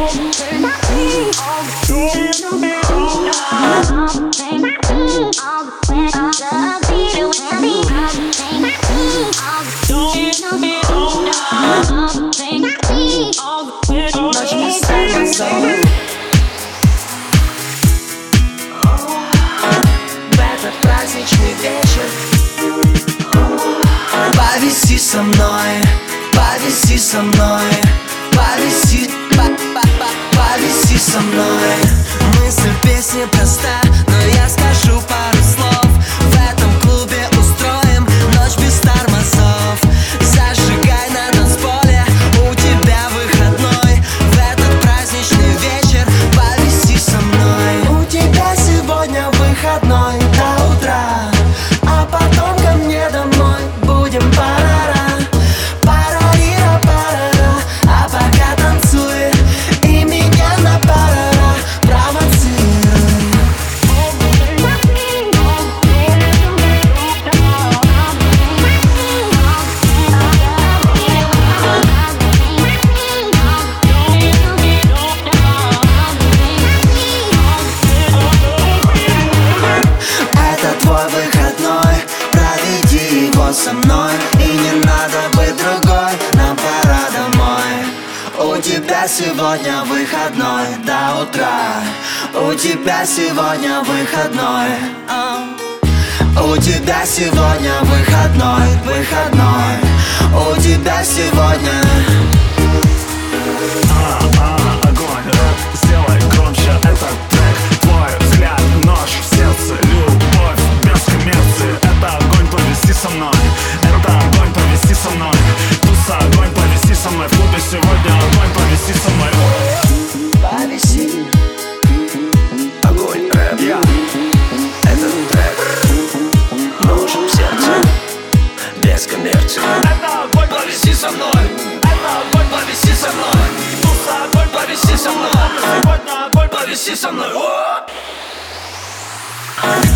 этот праздничный вечер. Повиси со мной, повиси со мной, повиси со мной. Мысль песни проста, но я скажу пару слов. В этом клубе устроим ночь без тормозов. Зажигай на танцполе, у тебя выходной. В этот праздничный вечер повиси со мной. У тебя сегодня выходной до утра, а потом ко мне домой. Будем парара, парарира, парара. А пока танцуй и меня на парара провоцируй. Это твой выходной, проведи его со мной. И не надо быть другой, нам пора домой. У тебя сегодня выходной до утра. У тебя сегодня выходной. У тебя сегодня выходной, выходной. У тебя сегодня огонь, рэп, сделай громче этот трек. Твой взгляд, нож в сердце, любовь без коммерции. Это огонь, повиси со мной. Это огонь, повиси со мной. Туса, огонь, повиси со мной. В клубе сегодня огонь, повиси со мной. повиси. Огонь, рэп, этот трек нужен в сердце без коммерции. Это огонь, повиси со мной. Это огонь, повиси со мной. Туса, огонь, повиси со мной. Сегодня огонь, повиси со мной.